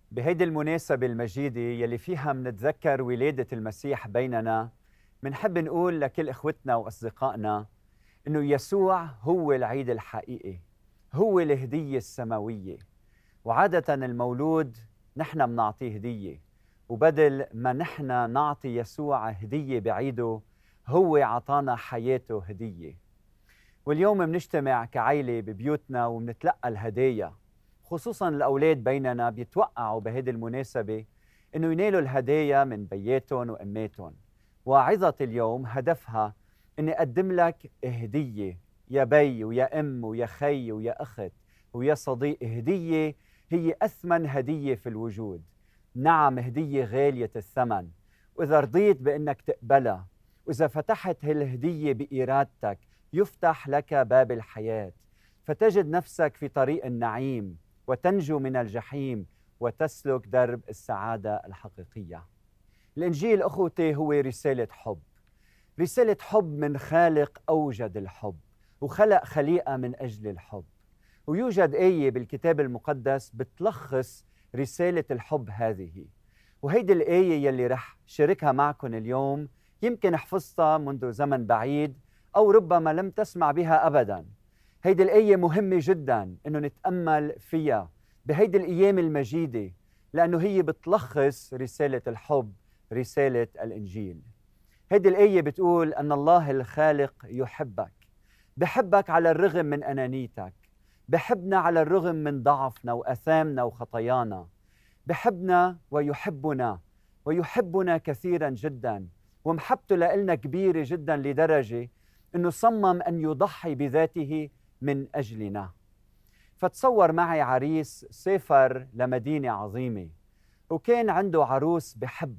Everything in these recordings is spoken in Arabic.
بهيدي المناسبة المجيدة يلي فيها منتذكر ولادة المسيح بيننا، منحب نقول لكل إخوتنا وأصدقائنا إنه يسوع هو العيد الحقيقي، هو الهدية السماوية. وعادة المولود نحن منعطيه هدية، وبدل ما نحن نعطي يسوع هدية بعيده، هو عطانا حياته هدية. واليوم منجتمع كعائلة ببيوتنا ومنتلقى الهدايا، خصوصاً الأولاد بيننا بيتوقعوا بهذه المناسبة إنه ينالوا الهدايا من بياتهم وأماتهم. وعظة اليوم هدفها إني أقدم لك هدية يا بي ويا أم ويا خي ويا أخت ويا صديق، هدية هي أثمن هدية في الوجود. نعم، هدية غالية الثمن، وإذا رضيت بأنك تقبلها، وإذا فتحت هالهدية بإرادتك، يفتح لك باب الحياة، فتجد نفسك في طريق النعيم وتنجو من الجحيم وتسلك درب السعادة الحقيقية. الإنجيل أخوتي هو رسالة حب، رسالة حب من خالق أوجد الحب وخلق خليقة من أجل الحب. ويوجد آية بالكتاب المقدس بتلخص رسالة الحب هذه، وهيدي الآية يلي رح شاركها معكم اليوم يمكن حفظتها منذ زمن بعيد أو ربما لم تسمع بها أبداً. هيدي الآية مهمة جداً إنه نتأمل فيها بهيدي الأيام المجيدة، لأنه هي بتلخص رسالة الحب، رسالة الإنجيل. هيدي الآية بتقول أن الله الخالق يحبك، بحبك على الرغم من أنانيتك، بحبنا على الرغم من ضعفنا وأثامنا وخطايانا، بحبنا ويحبنا ويحبنا كثيراً جداً، ومحبته لنا كبيرة جداً لدرجة أنه صمم أن يضحي بذاته من أجلنا. فتصور معي عريس سافر لمدينة عظيمة، وكان عنده عروس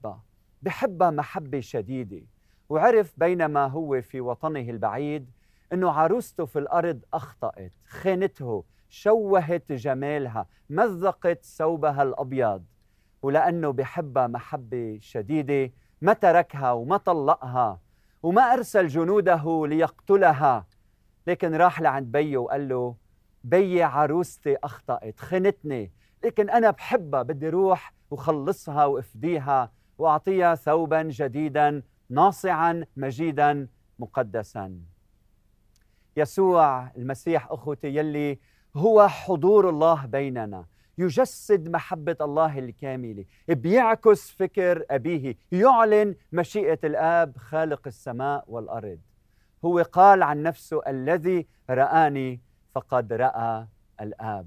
بحبها محبة شديدة، وعرف بينما هو في وطنه البعيد أنه عروسته في الأرض أخطأت، خانته، شوهت جمالها، مزقت ثوبها الأبيض. ولأنه بحبها محبة شديدة ما تركها وما طلقها وما أرسل جنوده ليقتلها، لكن راح لعند بيه وقال له: بي عروستي أخطأت، خنتني، لكن أنا بحبها، بدي روح وخلصها وأفديها وأعطيها ثوبا جديدا ناصعا مجيدا مقدسا. يسوع المسيح أخوتي يلي هو حضور الله بيننا، يجسد محبة الله الكاملة، بيعكس فكر أبيه، يعلن مشيئة الآب خالق السماء والأرض. هو قال عن نفسه: الذي رآني فقد رأى الآب.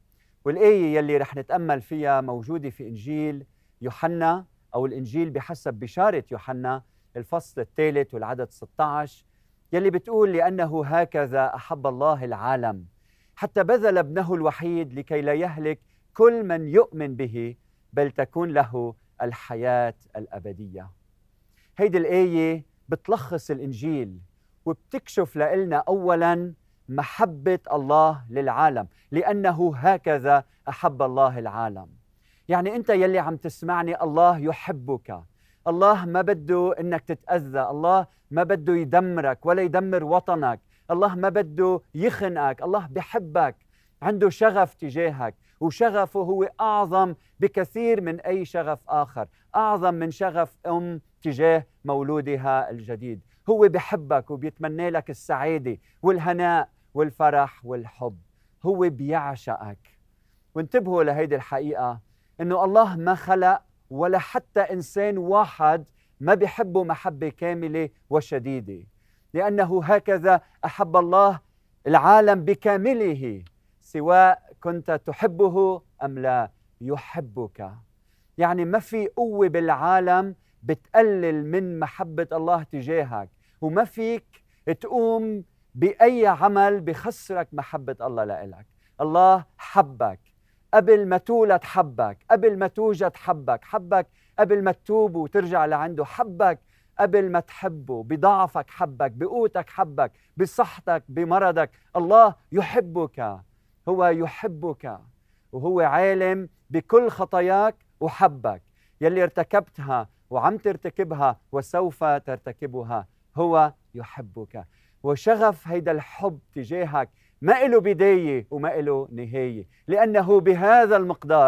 والآية يلي رح نتأمل فيها موجودة في إنجيل يوحنا، أو الإنجيل بحسب بشارة يوحنا الفصل الثالث والعدد 16، يلي بتقول: لأنه هكذا أحب الله العالم حتى بذل ابنه الوحيد لكي لا يهلك كل من يؤمن به، بل تكون له الحياة الأبدية. هيدي الآية بتلخص الإنجيل وبتكشف لنا أولاً محبة الله للعالم، لأنه هكذا أحب الله العالم. يعني أنت يلي عم تسمعني، الله يحبك، الله ما بده إنك تتأذى، الله ما بده يدمرك ولا يدمر وطنك، الله ما بده يخنقك، الله بحبك، عنده شغف تجاهك، وشغفه هو أعظم بكثير من أي شغف آخر، أعظم من شغف تجاه مولودها الجديد. هو بحبك وبيتمنى لك السعادة والهناء والفرح والحب، هو بيعشقك. وانتبهوا لهيدي الحقيقة، إنه الله ما خلق ولا حتى إنسان واحد ما بيحبه محبة كاملة وشديدة، لأنه هكذا أحب الله العالم بكامله، سواء كنت تحبه أم لا، يحبك. يعني ما في قوة بالعالم بتقلل من محبة الله تجاهك، وما فيك تقوم بأي عمل بخسرك محبة الله لإلك. الله حبك قبل ما تولد، حبك قبل ما توجد، حبك قبل ما تتوب وترجع لعنده، حبك قبل ما تحبه، بضعفك حبك، بقوتك حبك، بصحتك، بمرضك. الله يحبك، هو يحبك، وهو عالم بكل خطاياك وحبك يلي ارتكبتها وعم ترتكبها وسوف ترتكبها. هو يحبك، وشغف هيدا الحب تجاهك ما إله بداية وما إله نهاية، لأنه بهذا المقدار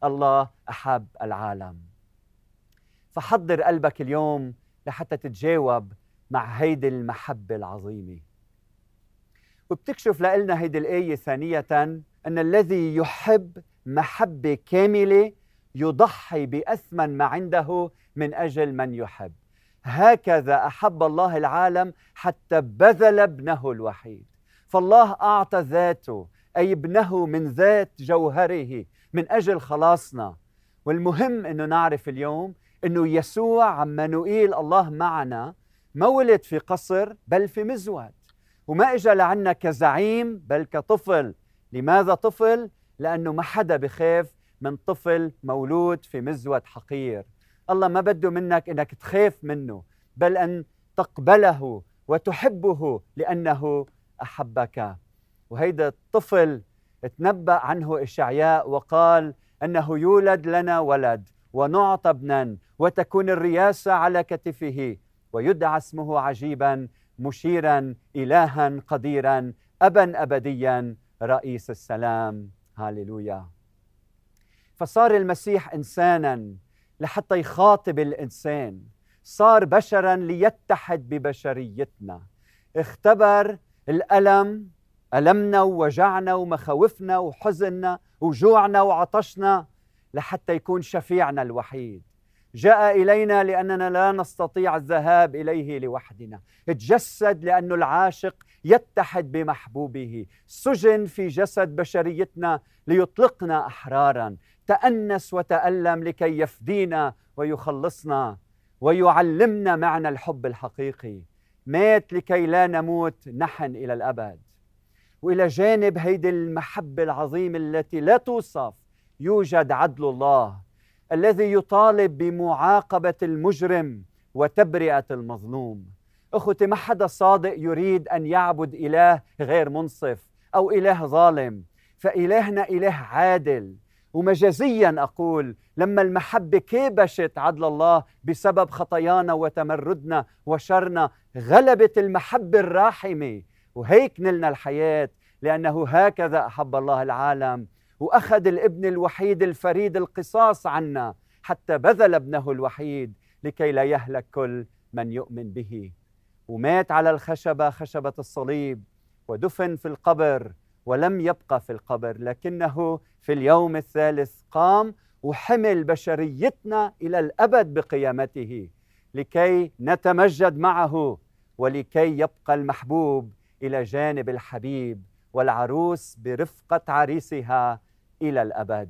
الله أحب العالم. فحضر قلبك اليوم لحتى تتجاوب مع هيدي المحبة العظيمة. وبتكشف لنا هيدي الآية ثانية أن الذي يحب محبة كاملة يضحي بأثمن ما عنده من أجل من يحب. هكذا أحب الله العالم حتى بذل ابنه الوحيد. فالله أعطى ذاته، أي ابنه من ذات جوهره من أجل خلاصنا. والمهم أنه نعرف اليوم أنه يسوع عمانوئيل الله معنا ما ولد في قصر بل في مزود، وما إجا لعنا كزعيم بل كطفل. لماذا طفل؟ لأنه ما حدا بخاف من طفل مولود في مزود حقير. الله ما بده منك أنك تخاف منه، بل أن تقبله وتحبه لأنه أحبك. وهيدا الطفل تنبأ عنه إشعياء وقال أنه يولد لنا ولد ونعطى ابنا وتكون الرياسة على كتفه ويدعى اسمه عجيبا مشيرا إلها قديرا أبا أبديا رئيس السلام. هاليلويا. فصار المسيح إنسانا لحتى يخاطب الإنسان، صار بشرا ليتحد ببشريتنا، اختبر الألم، ألمنا ووجعنا ومخاوفنا وحزننا وجوعنا وعطشنا لحتى يكون شفيعنا الوحيد. جاء إلينا لأننا لا نستطيع الذهاب إليه لوحدنا، تجسد لأنه العاشق يتحد بمحبوبه، سجن في جسد بشريتنا ليطلقنا أحرارا، تأنس وتألم لكي يفدينا ويخلصنا ويعلمنا معنى الحب الحقيقي، مات لكي لا نموت نحن إلى الأبد. وإلى جانب هيدي المحبة العظيمة التي لا توصف يوجد عدل الله الذي يطالب بمعاقبة المجرم وتبرئة المظلوم. أخوتي، ما حدا صادق يريد أن يعبد إله غير منصف أو إله ظالم، فإلهنا إله عادل. ومجازيا أقول لما المحبة كبشت عدل الله بسبب خطايانا وتمردنا وشرنا، غلبت المحبة الراحمة، وهيك نلنا الحياة، لأنه هكذا أحب الله العالم وأخذ الابن الوحيد الفريد القصاص عنا حتى بذل ابنه الوحيد لكي لا يهلك كل من يؤمن به. ومات على الخشبة، خشبة الصليب، ودفن في القبر ولم يبقى في القبر، لكنه في اليوم الثالث قام وحمل بشريتنا إلى الأبد بقيامته لكي نتمجد معه ولكي يبقى المحبوب إلى جانب الحبيب والعروس برفقة عريسها إلى الأبد.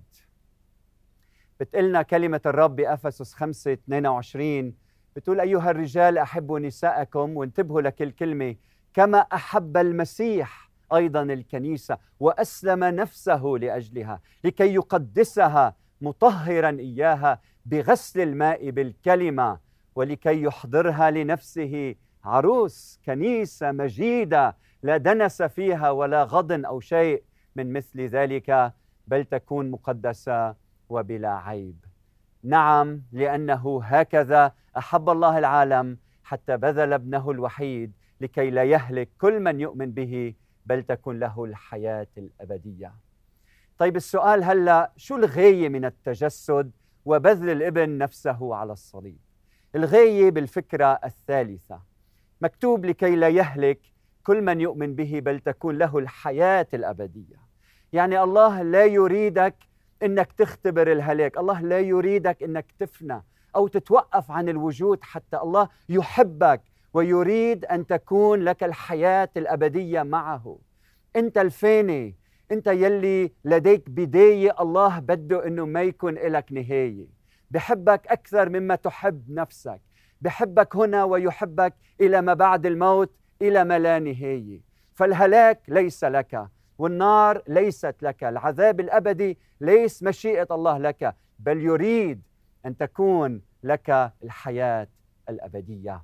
بتقلنا كلمة الرب بأفسس 5:22 بتقول أيها الرجال أحبوا نساءكم، وانتبهوا لكل كلمة، كما أحب المسيح أيضا الكنيسة وأسلم نفسه لأجلها لكي يقدسها مطهرا إياها بغسل الماء بالكلمة ولكي يحضرها لنفسه عروس كنيسة مجيدة لا دنس فيها ولا غضن أو شيء من مثل ذلك، بل تكون مقدسة وبلا عيب. نعم، لأنه هكذا أحب الله العالم حتى بذل ابنه الوحيد لكي لا يهلك كل من يؤمن به بل تكون له الحياة الأبدية. طيب السؤال هلأ، شو الغاية من التجسد وبذل الابن نفسه على الصليب؟ الغاية بالفكرة الثالثة، مكتوب لكي لا يهلك كل من يؤمن به بل تكون له الحياة الأبدية. يعني الله لا يريدك إنك تختبر الهلاك، الله لا يريدك إنك تفنى أو تتوقف عن الوجود، حتى الله يحبك ويريد أن تكون لك الحياة الأبدية معه. أنت الفاني، أنت يلي لديك بداية، الله بده إنه ما يكون لك نهاية. بحبك أكثر مما تحب نفسك، بحبك هنا ويحبك إلى ما بعد الموت إلى ما لا نهاية. فالهلاك ليس لك، والنار ليست لك، العذاب الأبدي ليس مشيئة الله لك، بل يريد أن تكون لك الحياة الأبدية.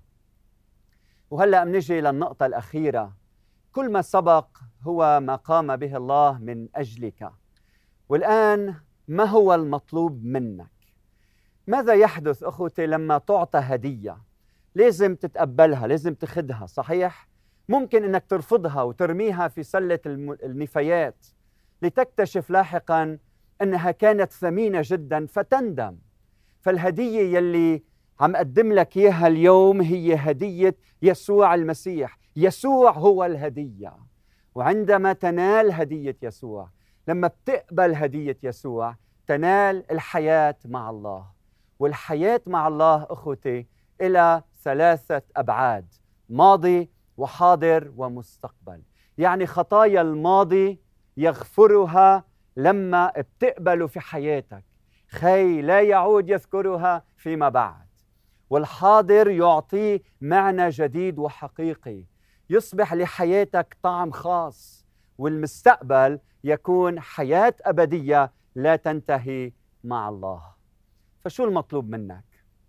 وهلأ منجي للنقطة الأخيرة، كل ما سبق هو ما قام به الله من أجلك، والآن ما هو المطلوب منك؟ ماذا يحدث أخوتي لما تعطى هدية؟ لازم تتقبلها، لازم تخدها، صحيح؟ ممكن أنك ترفضها وترميها في سلة النفايات لتكتشف لاحقا أنها كانت ثمينة جدا فتندم. فالهدية يلي عم أقدم لك إياها اليوم هي هدية يسوع المسيح. يسوع هو الهدية. وعندما تنال هدية يسوع، لما بتقبل هدية يسوع، تنال الحياة مع الله. والحياة مع الله أخوتي إلى 3 أبعاد: ماضي وحاضر ومستقبل. يعني خطايا الماضي يغفرها لما بتقبله في حياتك، خي لا يعود يذكرها فيما بعد. والحاضر يعطيه معنى جديد وحقيقي، يصبح لحياتك طعم خاص. والمستقبل يكون حياة أبدية لا تنتهي مع الله. فشو المطلوب منك؟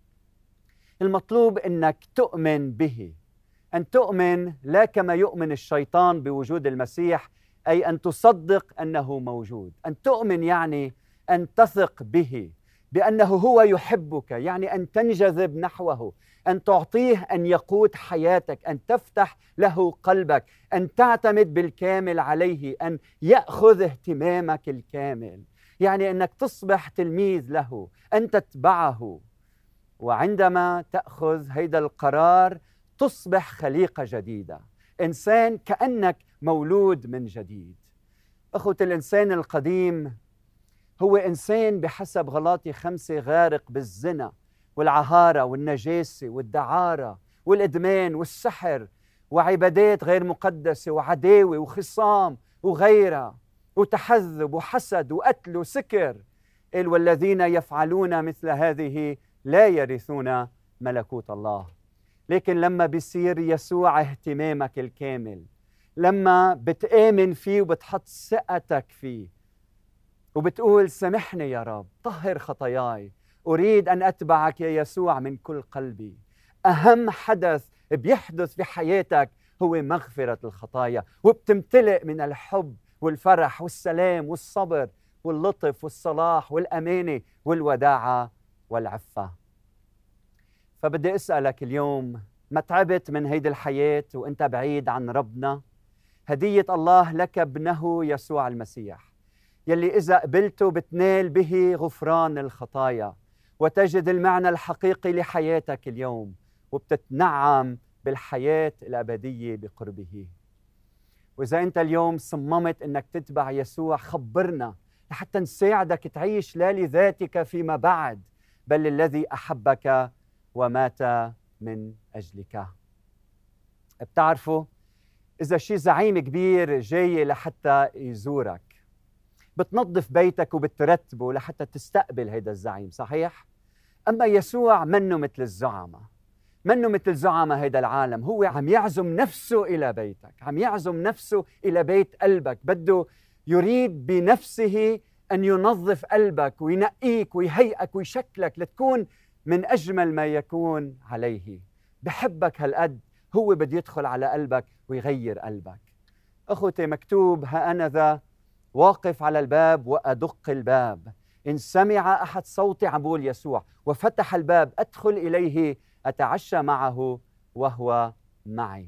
المطلوب أنك تؤمن به، أن تؤمن لا كما يؤمن الشيطان بوجود المسيح، أي أن تصدق أنه موجود. أن تؤمن يعني أن تثق به، بأنه هو يحبك، يعني أن تنجذب نحوه، أن تعطيه أن يقود حياتك، أن تفتح له قلبك، أن تعتمد بالكامل عليه، أن يأخذ اهتمامك الكامل. يعني أنك تصبح تلميذ له، أن تتبعه. وعندما تأخذ هيدا القرار تصبح خليقة جديدة، إنسان كأنك مولود من جديد. أخوة، الإنسان القديم هو إنسان بحسب غلاطي 5 غارق بالزنا والعهارة والنجاسة والدعارة والإدمان والسحر وعبادات غير مقدسة وعداوة وخصام وغيرة وتحذب وحسد وقتل وسكر. قال: والذين يفعلون مثل هذه لا يرثون ملكوت الله. لكن لما بيصير يسوع اهتمامك الكامل، لما بتآمن فيه وبتحط ثقتك فيه وبتقول: سامحني يا رب، طهر خطاياي، أريد أن أتبعك يا يسوع من كل قلبي. أهم حدث بيحدث في حياتك هو مغفرة الخطايا، وبتمتلئ من الحب والفرح والسلام والصبر واللطف والصلاح والأمانة والوداعة والعفة. فبدي أسألك اليوم، ما تعبت من هيدي الحياة وأنت بعيد عن ربنا؟ هدية الله لك ابنه يسوع المسيح، يلي إذا قبلته بتنال به غفران الخطايا وتجد المعنى الحقيقي لحياتك اليوم، وبتتنعم بالحياة الأبدية بقربه. وإذا أنت اليوم صممت أنك تتبع يسوع، خبرنا لحتى نساعدك تعيش لا لذاتك فيما بعد، بل الذي أحبك ومات من أجلك. بتعرفوا، إذا شي زعيم كبير جاي لحتى يزورك، بتنظف بيتك وبترتبه لحتى تستقبل هيدا الزعيم، صحيح؟ أما يسوع منه مثل الزعماء، منه مثل زعماء هيدا العالم. هو عم يعزم نفسه إلى بيتك، عم يعزم نفسه إلى بيت قلبك. بده يريد بنفسه أن ينظف قلبك وينقيك ويهيئك ويشكلك لتكون من أجمل ما يكون عليه. بحبك هالقد، هو بده يدخل على قلبك ويغير قلبك. أخوتي، مكتوب: ها أنا ذا واقف على الباب وأدق الباب، إن سمع أحد صوتي، عم بقول يسوع، وفتح الباب، أدخل إليه أتعشى معه وهو معي.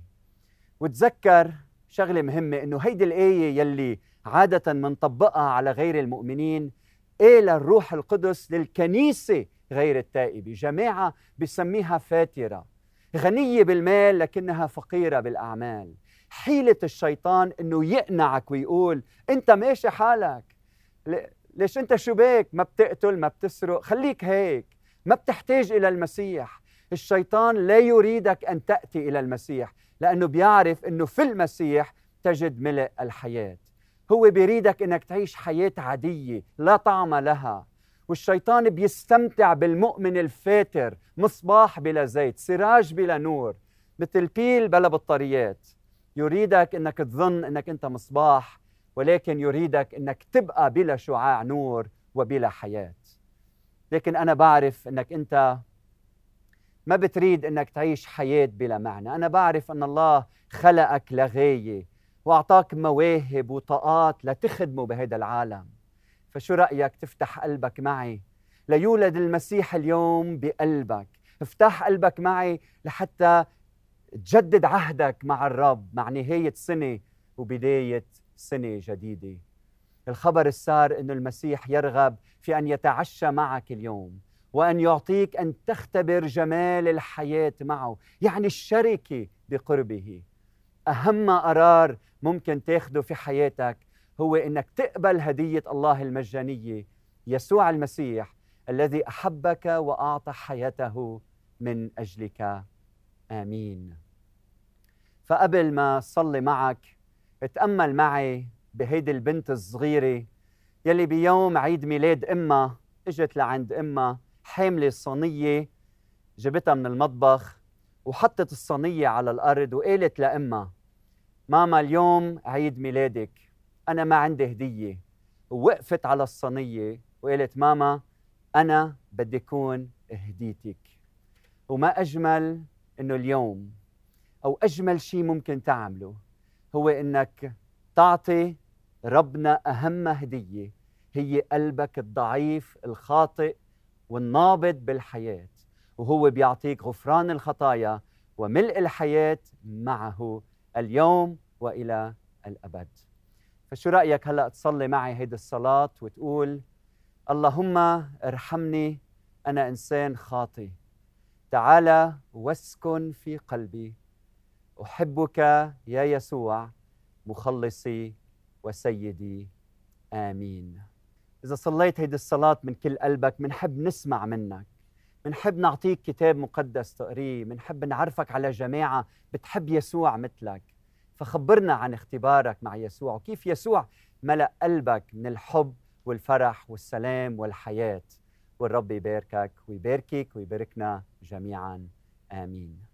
وتذكر شغلة مهمة، إنه هيدي الآية يلي عادة منطبقها على غير المؤمنين، إلى الروح القدس للكنيسة غير التائبة. جماعة بسميها فاترة، غنية بالمال لكنها فقيرة بالأعمال. حيلة الشيطان إنه يقنعك ويقول: أنت ماشي حالك، ليش أنت شو بيك؟ ما بتقتل، ما بتسرق، خليك هيك، ما بتحتاج إلى المسيح. الشيطان لا يريدك أن تأتي إلى المسيح، لأنه بيعرف أنه في المسيح تجد ملء الحياة. هو بيريدك أنك تعيش حياة عادية لا طعم لها. والشيطان بيستمتع بالمؤمن الفاتر، مصباح بلا زيت، سراج بلا نور، مثل بيل بلا بطاريات. يريدك أنك تظن أنك أنت مصباح، ولكن يريدك أنك تبقى بلا شعاع نور وبلا حياة. لكن أنا بعرف أنك أنت ما بتريد أنك تعيش حياة بلا معنى. أنا بعرف أن الله خلقك لغاية وأعطاك مواهب وطاقات لتخدمه بهذا العالم. فشو رأيك تفتح قلبك معي ليولد المسيح اليوم بقلبك؟ افتح قلبك معي لحتى تجدد عهدك مع الرب، مع نهاية سنة وبداية سنة جديدة. الخبر السار أن المسيح يرغب في أن يتعشى معك اليوم، وأن يعطيك أن تختبر جمال الحياة معه، يعني الشركة بقربه. أهم قرار ممكن تاخده في حياتك هو أنك تقبل هدية الله المجانية، يسوع المسيح الذي أحبك وأعطى حياته من أجلك. آمين. فقبل ما صلي معك، اتأمل معي بهيدي البنت الصغيرة يلي بيوم عيد ميلاد أمها اجت لعند أمها حاملة صينية جبتها من المطبخ، وحطت الصينية على الأرض وقالت لأمها: ماما اليوم عيد ميلادك، أنا ما عندي هدية. ووقفت على الصينية وقالت: ماما أنا بدي أكون هديتك. وما أجمل إنه اليوم أو أجمل شيء ممكن تعمله هو إنك تعطي ربنا أهم هدية، هي قلبك الضعيف الخاطئ والنابض بالحياة، وهو بيعطيك غفران الخطايا وملء الحياة معه اليوم وإلى الأبد. فشو رأيك هلأ تصلي معي هيدي الصلاة وتقول: اللهم ارحمني، أنا إنسان خاطئ، تعال واسكن في قلبي، أحبك يا يسوع مخلصي وسيدي. آمين. إذا صليت هيدي الصلاة من كل قلبك، منحب نسمع منك، منحب نعطيك كتاب مقدس تقريه، منحب نعرفك على جماعة بتحب يسوع مثلك. فخبرنا عن اختبارك مع يسوع وكيف يسوع ملأ قلبك من الحب والفرح والسلام والحياة. والرب يباركك ويباركك ويباركنا جميعا. آمين.